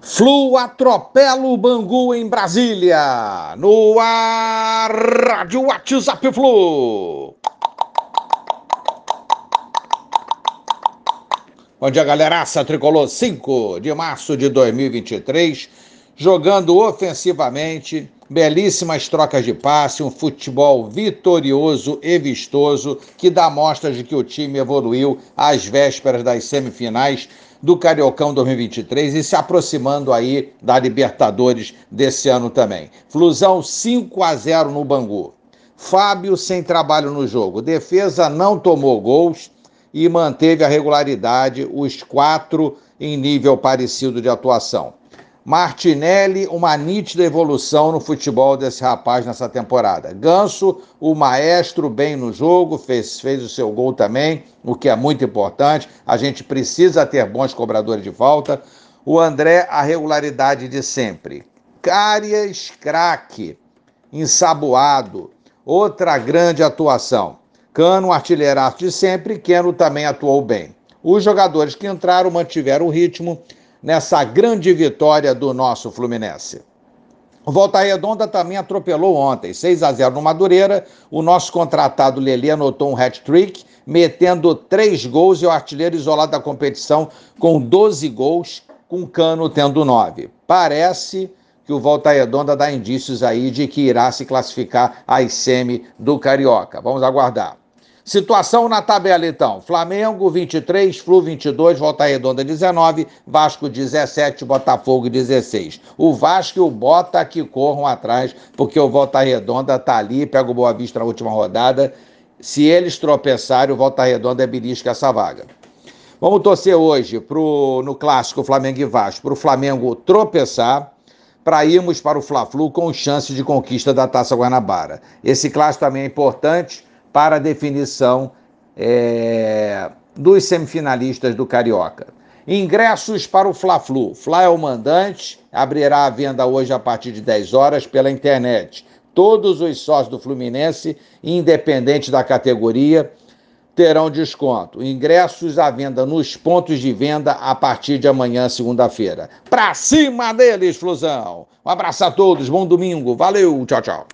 Flu atropela o Bangu em Brasília. No ar, Rádio WhatsApp Flu. Bom dia, galeraça. Tricolor 5 de março de 2023. Jogando ofensivamente, belíssimas trocas de passe, um futebol vitorioso e vistoso que dá mostras de que o time evoluiu às vésperas das semifinais do Cariocão 2023 e se aproximando aí da Libertadores desse ano também. Flusão 5-0 no Bangu. Fábio sem trabalho no jogo. Defesa não tomou gols e manteve a regularidade, os 4 em nível parecido de atuação. Martinelli, uma nítida evolução no futebol desse rapaz nessa temporada. Ganso, o maestro, bem no jogo, fez o seu gol também, o que é muito importante. A gente precisa ter bons cobradores de falta. O André, a regularidade de sempre. Carias, craque, ensaboado, outra grande atuação. Cano, artilheiraço de sempre, Keno também atuou bem. Os jogadores que entraram mantiveram o ritmo nessa grande vitória do nosso Fluminense. O Volta Redonda também atropelou ontem, 6-0 no Madureira. O nosso contratado Lelê anotou um hat-trick, metendo 3 gols e o artilheiro isolado da competição com 12 gols, com Cano tendo 9. Parece que o Volta Redonda dá indícios aí de que irá se classificar às semi do Carioca. Vamos aguardar. Situação na tabela, então. Flamengo, 23, Flu, 22, Volta Redonda, 19, Vasco, 17, Botafogo, 16. O Vasco e o Bota que corram atrás, porque o Volta Redonda tá ali, pega o Boa Vista na última rodada. Se eles tropeçarem, o Volta Redonda belisca essa vaga. Vamos torcer hoje no clássico Flamengo e Vasco, para o Flamengo tropeçar, para irmos para o Fla-Flu com chance de conquista da Taça Guanabara. Esse clássico também é importante para a definição dos semifinalistas do Carioca. Ingressos para o Fla-Flu. Fla é o mandante, abrirá a venda hoje a partir de 10 horas pela internet. Todos os sócios do Fluminense, independente da categoria, terão desconto. Ingressos à venda nos pontos de venda a partir de amanhã, segunda-feira. Pra cima deles, Flusão! Um abraço a todos, bom domingo, valeu, tchau, tchau.